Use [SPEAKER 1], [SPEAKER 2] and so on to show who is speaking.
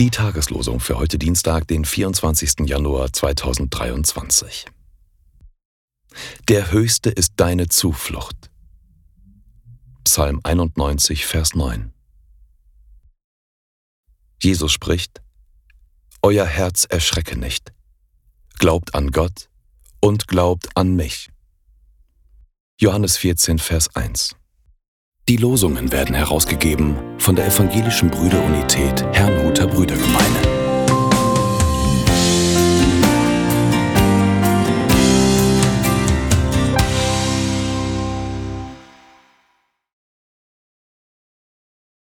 [SPEAKER 1] Die Tageslosung für heute Dienstag, den 24. Januar 2023. Der Höchste ist deine Zuflucht. Psalm 91, Vers 9. Jesus spricht: Euer Herz erschrecke nicht. Glaubt an Gott und glaubt an mich. Johannes 14, Vers 1. Die Losungen werden herausgegeben von der Evangelischen Brüderunität Herrnhuter Brüdergemeine.